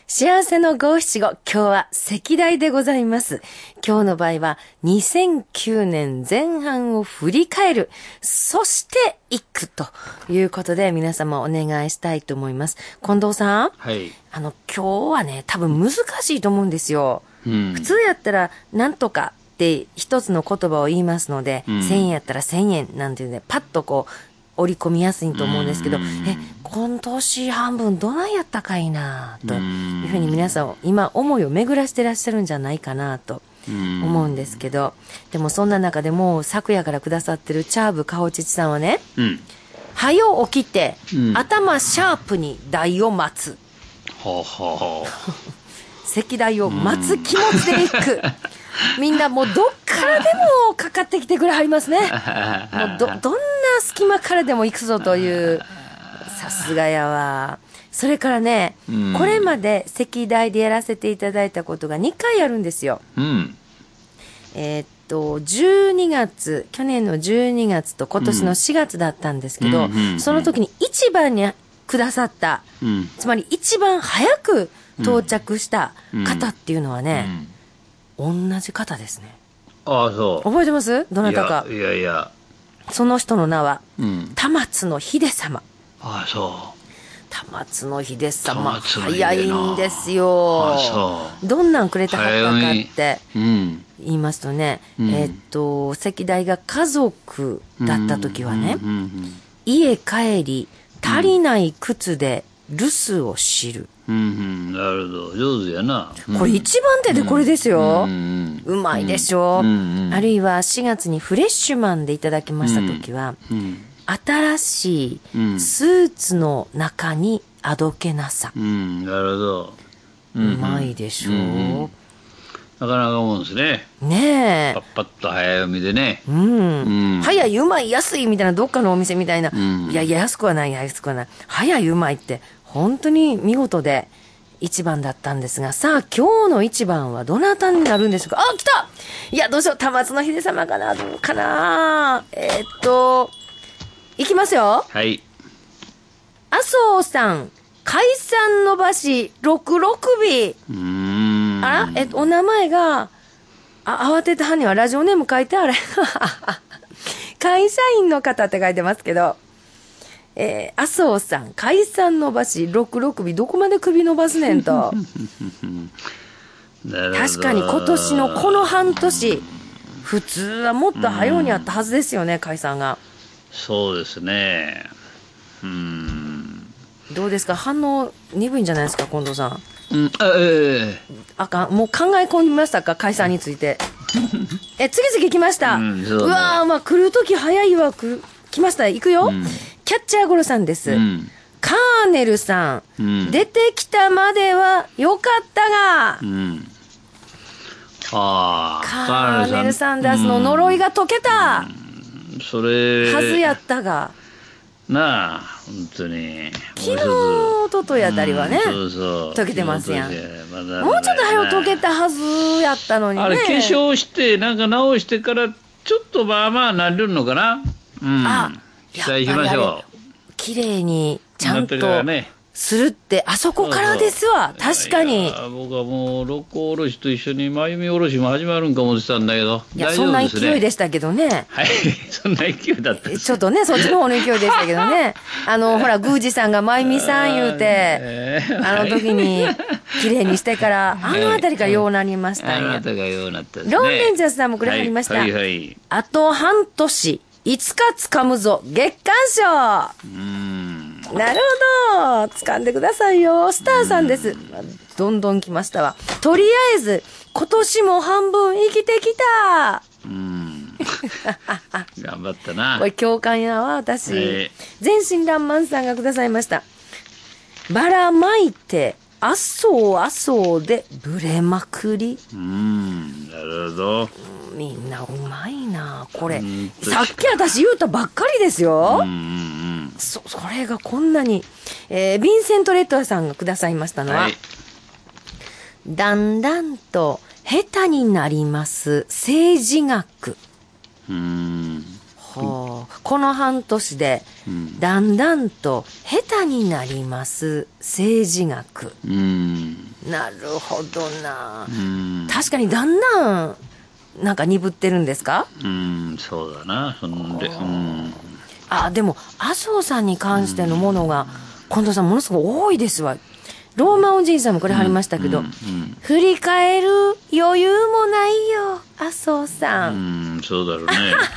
幸せの五七五、今日は赤題でございます。今日の場合は2009年前半を振り返る、そして一句ということで皆様お願いしたいと思います。近藤さん、 はい、 今日はね、多分難しいと思うんですよ。普通やったらなんとかって一つの言葉を言いますので、1000円やったら1000円なんていうね、パッとこう織り込みやすいと思うんですけど、今年半分どないやったかいなというふうに皆さん今思いを巡らしてらっしゃるんじゃないかなと思うんですけど、でもそんな中でもう昨夜からくださってるチャーブかほちちさんはね、はよ起きて、頭シャープに台を待つ、席台を待つ気持ちでいくみんなもうどっからでもかかってきてくれはりますね。もうどんな隙間からでも行くぞという、さすがやわ。それからね、これまで席台でやらせていただいたことが2回あるんですよ。12月、去年の12月と今年の4月だったんですけど、その時に一番にくださった、つまり一番早く到着した方っていうのはね、同じ方ですね。 ああ、そう。 覚えてます？どなたか。 いや。 その人の名は、玉津の秀様。 ああ、そう。 玉津の秀様、早いんですよ。 ああ、そう。 どんなんくれたかったかって言いますとね、席代が家族だった時はね、家帰り、足りない靴で留守を知る。 なるほど、上手やな。 これ一番手でこれですよ。うまいでしょ。あるいは4月にフレッシュマンでいただきました時は、新しいスーツの中にあどけなさ。 なるほど。 うまいでしょ。 なかなかもんですね。 ねえ。 パッパッと早読みでね。 早いうまい安いみたいな、どっかのお店みたいな。いや安くはない、安くはない。早いうまいって本当に見事で一番だったんですが、さあ今日の一番はどなたになるんでしょうか。あ、来た。いやどうしよう、玉津の秀様かな、どうかな。いきますよ。 はい。 麻生さん、解散のばし66日。あら、お名前が、慌てた犯人はラジオネーム書いてあれ。会社員の方って書いてますけど、麻生さん、解散のばし66日、どこまで首伸ばすねんと。確かに今年のこの半年、普通はもっと早うにあったはずですよね、解散が。 そうですね。 どうですか、反応鈍いんじゃないですか、近藤さん。あかん、もう考え込みましたか、解散について。次々来ました。うわー、まあ来るとき早いわ。来ました。行くよ。キャッチャーゴロさんです。カーネルさん、出てきたまではよかったが、 カーネルサンダースの呪いが解けた。 それはずやったがなあ、本当に昨日おとといあたりはね、解けてますやん。もうちょっと早く解けたはずやったのにね。 あれ化粧してなんか直してからちょっとまあまあなるのかな。期待しましょう。 綺麗にちゃんとするってあそこからですわ。確かに僕はもう六甲おろしと一緒に真由美おろしも始まるんか思ってたんだけど、 いやそんな勢いでしたけどね。 はい、そんな勢いだったちょっとね、そっちの方の勢いでしたけどね。ほら宮司さんが真由美さん言うて、時に綺麗にしてからあの辺りからようなりましたね。 あの辺りがようなったですね。 ロンレンジャーさんもくれはりました。あと半年いつか掴むぞ月刊賞。なるほど、掴んでくださいよ。スターさんです。どんどん来ましたわ。とりあえず今年も半分生きてきた。 頑張ったな。 これ共感やわ私。全身爛漫さんがくださいました。ばらまいてあそうでブレまくり。 なるほど。 みんなうまいなこれ。さっき私言うたばっかりですよ。それがこんなに、ヴィンセント・レッドさんがくださいましたのは、だんだんと下手になります政治学。この半年で、だんだんと下手になります政治学。 なるほどな。確かにだんだんなんか鈍ってるんですか？ そうだな。そんで、 でも麻生さんに関してのものが近藤さんものすごく多いですわ。ローマおじいさんもこれ貼りましたけど、振り返る余裕もないよ麻生さん。 そうだろうね。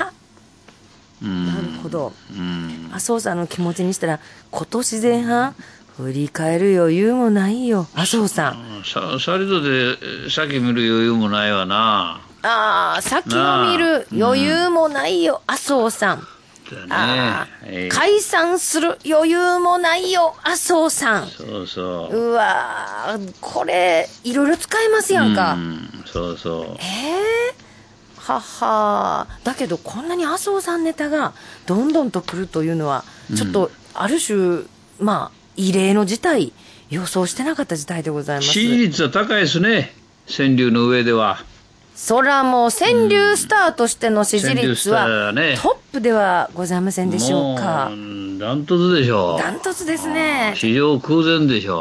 なるほど。麻生さんの気持ちにしたら今年前半振り返る余裕もないよ麻生さん。 さりとで先見る余裕もないわな。 先を見る余裕もないよ麻生さん。解散する余裕もないよ麻生さん。 そうそう。 うわこれいろいろ使えますやんか。 そうそう。 はは。だけどこんなに麻生さんネタがどんどんと来るというのはちょっとある種異例の事態、予想してなかった事態でございます。 支持率は高いですね、川柳の上では。 そらもう川柳スターとしての支持率はトップではございませんでしょうか。 ダントツでしょう。 ダントツですね。 史上空前でしょ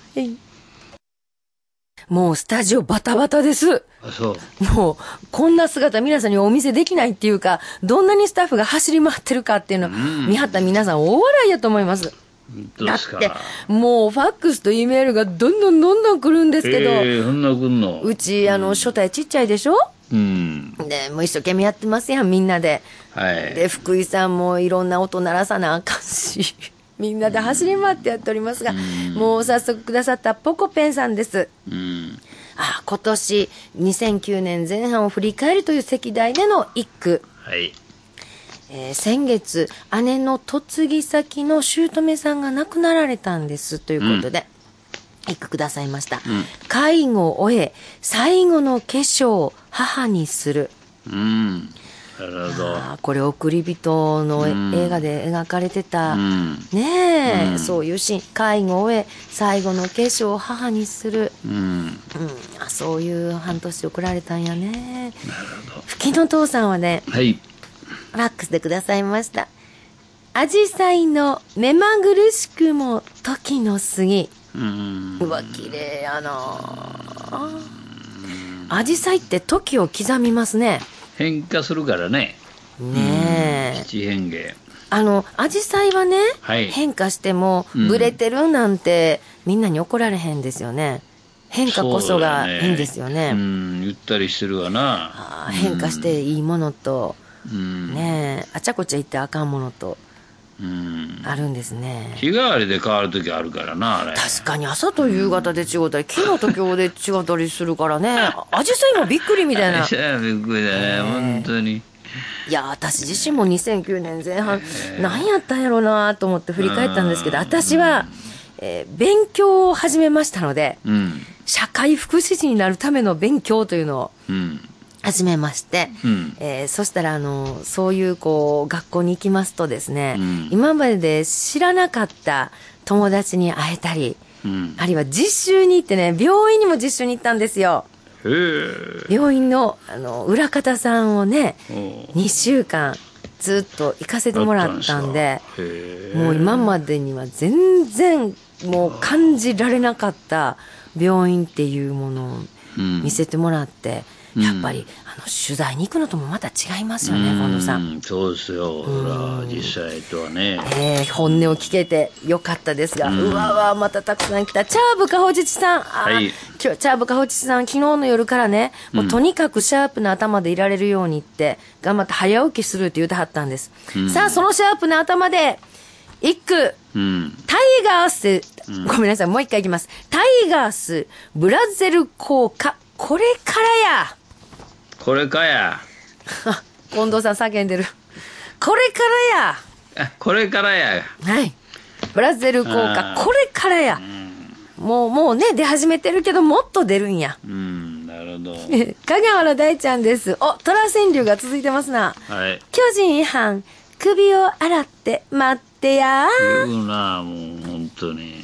う。もうスタジオバタバタです。 そう。 もうこんな姿皆さんにお見せできないっていうか、どんなにスタッフが走り回ってるかっていうのを見張った皆さん大笑いやと思います。だってもうファックスと E メールがどんどん来るんですけど、 そんな来んの？ うち初代ちっちゃいでしょ。でもう一生懸命やってますやんみんなで。で福井さんもいろんな音鳴らさなあかんしみんなで走り回ってやっておりますが、もう早速くださったポコペンさんです。今年2009年前半を振り返るという席題での一句。先月姉の嫁ぎ先の姑さんが亡くなられたんですということで、一句くださいました。介護を終え最後の化粧を母にする。 なるほど。 これ送り人の映画で描かれてた、そういうシーン。介護を終え最後の化粧を母にする。そういう半年送られたんやね。 なるほど。 吹きの父さんはね、ファックスでくださいました。アジサイの目まぐるしくも時の過ぎ。うわ綺麗やな。アジサイって時を刻みますね。 変化するからね。七変化。 アジサイはね、変化してもブレてるなんてみんなに怒られへんですよね。変化こそがいいんですよね。 ゆったりしてるわな。 変化していいものと、あちゃこちゃ言ってあかんものとあるんですね。 日替わりで変わる時あるからな。あれ確かに朝と夕方で違ったり昨日と今日で違ったりするからね。アジサイもびっくりみたいな。 びっくりだね、本当に。 いや私自身も2009年前半何やったんやろうなと思って振り返ったんですけど、私は、勉強を始めましたので、社会福祉士になるための勉強というのを始めまして、そしたらそういう学校に行きますとですね、今までで知らなかった友達に会えたり、あるいは実習に行ってね、病院にも実習に行ったんですよ。病院の裏方さんをね2週間ずっと行かせてもらったんで、もう今までには全然もう感じられなかった病院っていうものを見せてもらって、やっぱり取材に行くのともまた違いますよね、近藤さん。 そうですよ、実際とはね、 本音を聞けてよかったですが、うわまたたくさん来た。チャーブかほちちさん、今日チャーブかほちちさん昨日の夜からね、もうとにかくシャープな頭でいられるようにって頑張って早起きするって言うてはったんです。さあそのシャープな頭で一句、タイガース、ごめんなさいもう一回いきます。タイガースブラゼル効果、これからや。 これかや。 近藤さん叫んでる。これからや。 これからや。 はい。ブラゼル効果、これからや。もうね、出始めてるけど、もっと出るんや。 なるほど。 香川大ちゃんです。トラ川柳が続いてますな。巨人違反、首を洗って待ってや。 言うな、もう本当に。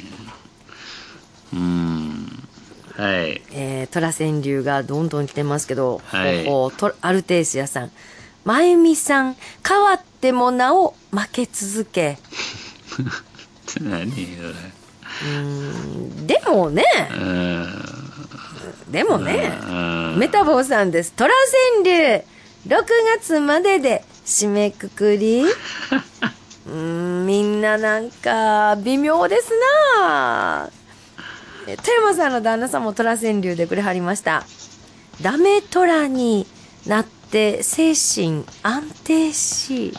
トラ川柳がどんどん来てますけど、アルテイシアさん、まゆみさん、変わってもなお負け続け。 何でもね、 でもね、メタボーさんです。虎川柳6月までで締めくくりみんななんか微妙ですな。富山さんの旦那さんも虎川柳でくれはりました。ダメ虎になって精神安定し、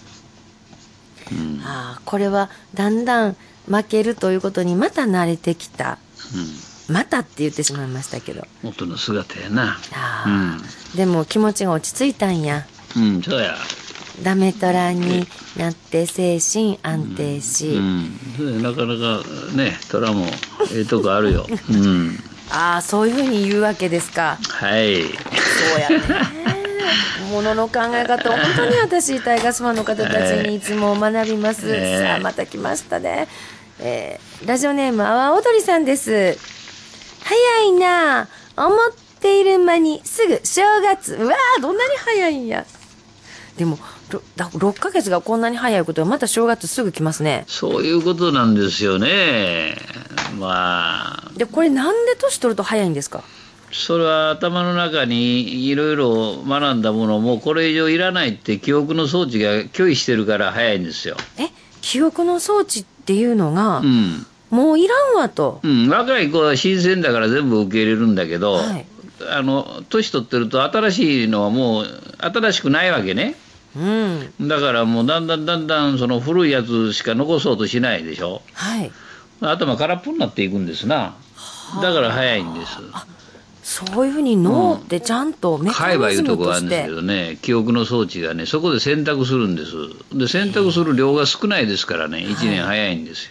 これはだんだん負けるということにまた慣れてきた、またって言ってしまいましたけど、 元の姿やな。 でも気持ちが落ち着いたんや。 そうや。 ダメ虎になって精神安定し、 なかなかね、虎もええとこあるよ。 そういうふうに言うわけですか。 はい。 そうやね。ものの考え方を本当に私タイガースファンの方たちにいつも学びます。さあまた来ましたね。ラジオネーム阿波踊りさんです。早いな、思っている間にすぐ正月。うわー、どんなに早いんや。でも6ヶ月がこんなに早いことはまた正月すぐ来ますね。 そういうことなんですよね。 でこれなんで年取ると早いんですか？ それは頭の中にいろいろ学んだものもこれ以上いらないって記憶の装置が拒否してるから早いんですよ。 記憶の装置っていうのが、もういらんわと。 若い子は新鮮だから全部受け入れるんだけど、年取ってると新しいのはもう新しくないわけね。だからもうだんだんその古いやつしか残そうとしないでしょ。頭空っぽになっていくんですな。だから早いんです。 そういうふうに脳ってちゃんとメカニズムとして、海馬いうとこがあるんですけどね、記憶の装置がね、そこで選択するんです。で選択する量が少ないですからね、1年早いんですよ。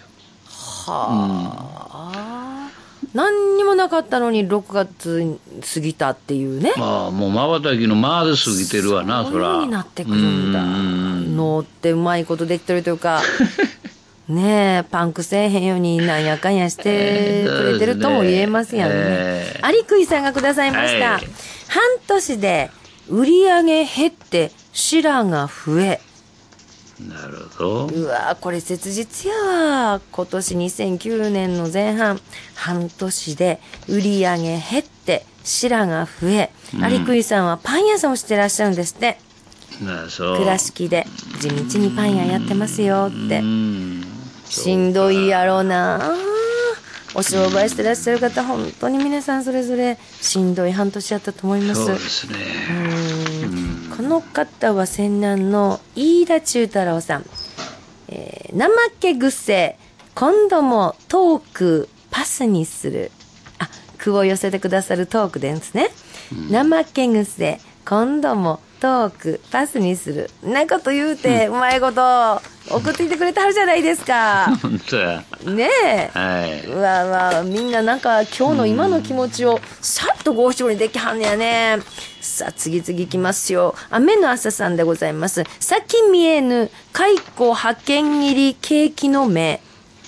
何にもなかったのに6月過ぎたっていうね。 もう瞬きの間で過ぎてるわな。 そういう風になってくるんだ。脳ってうまいことできてるというかねえ、パンクせえへんようになんやかんやしてくれてるとも言えますやんね。アリクイさんがくださいました。半年で売り上げ減ってシラが増え。 なるほど。 うわ、これ切実やわ。今年2009年の前半、半年で売り上げ減ってシラが増え、アリクイさんはパン屋さんをしてらっしゃるんですって。倉敷で地道にパン屋やってますよって。しんどいやろうな。お商売してらっしゃる方、本当に皆さんそれぞれしんどい半年やったと思います。 そうですね。 この方は泉南の飯田中太郎さん。怠け癖、今度もトークパスにする。句を寄せてくださるトークですね。怠け癖、今度もトークパスにする。なこと言うて、うまいこと送ってきてくれてはるじゃないですか。 本当やねえ、うわみんななんか今日の今の気持ちをさっとご視聴にできはんねやね。さあ次々いきますよ。雨の朝さんでございます。先見えぬ蚕派遣切りケーキの芽。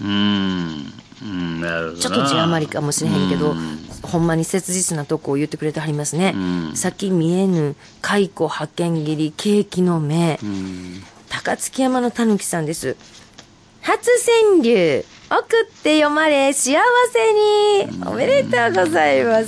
なるほど。 ちょっと字余りかもしれへんけど、ほんまに切実なとこを言ってくれてはりますね。先見えぬ蚕派遣切りケーキの芽。高槻山のたぬきさんです。初川柳送って読まれ幸せに。おめでとうございます。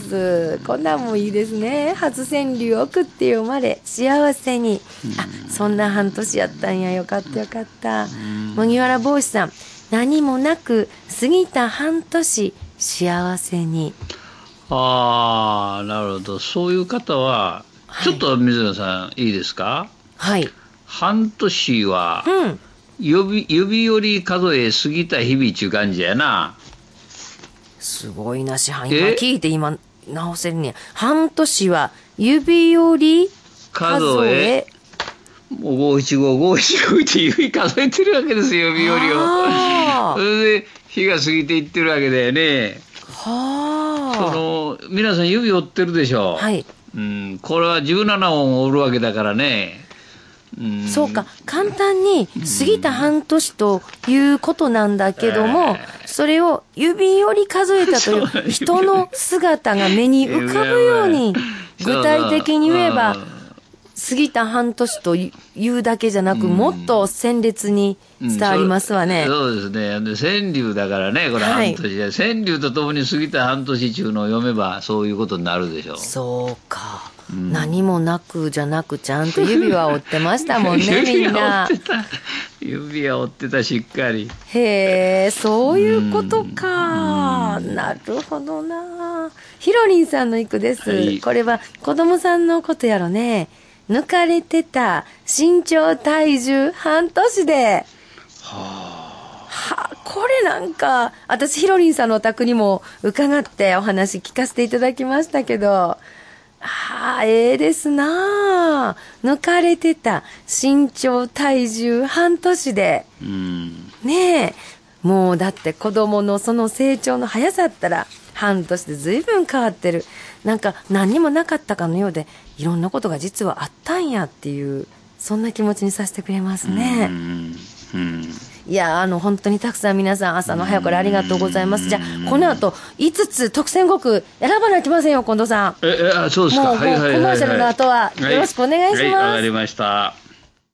こんなんもいいですね。初川柳送って読まれ幸せに。そんな半年やったんや。よかったよかった。麦わら帽子さん、何もなく過ぎた半年幸せに。 なるほど。そういう方は、ちょっと水野さんいいですか？半年は、指折り数え過ぎた日々っていう感じやな。すごいな、師範。今聞いて今直せるね。半年は指折り数え。 もう575って指数えてるわけですよ、指折りを。それで日が過ぎていってるわけだよね。皆さん指折ってるでしょ。これは17音折るわけだからね。 そうか、簡単に過ぎた半年ということなんだけども、それを指折り数えたという人の姿が目に浮かぶように具体的に言えば過ぎた半年と言うだけじゃなく、もっと鮮烈に伝わりますわね。 そうですね。で川柳だからね、これ半年で、川柳とともに過ぎた半年中のを読めばそういうことになるでしょう。 そうか。何もなくじゃなくちゃんと指輪折ってましたもんねみんな。 指輪折ってたしっかり。 へえ、そういうことか。なるほどな。ひろりんさんの一句です、はい、これは子供さんのことやろね。抜かれてた身長体重半年で。これなんか私ひろりんさんのお宅にも伺ってお話聞かせていただきましたけど、ですなあ。抜かれてた身長体重半年で、ねえ、もうだって子供のその成長の速さったら半年で随分変わってる。なんか何にもなかったかのようで、いろんなことが実はあったんやっていう、そんな気持ちにさせてくれますね。いや、本当にたくさん皆さん朝の早くからありがとうございます。じゃあこの後5つ特選5句選ばなきゃいけませんよ、近藤さん。 そうですか。 もうコマーシャルの後はよろしくお願いします。 はい、わかりました。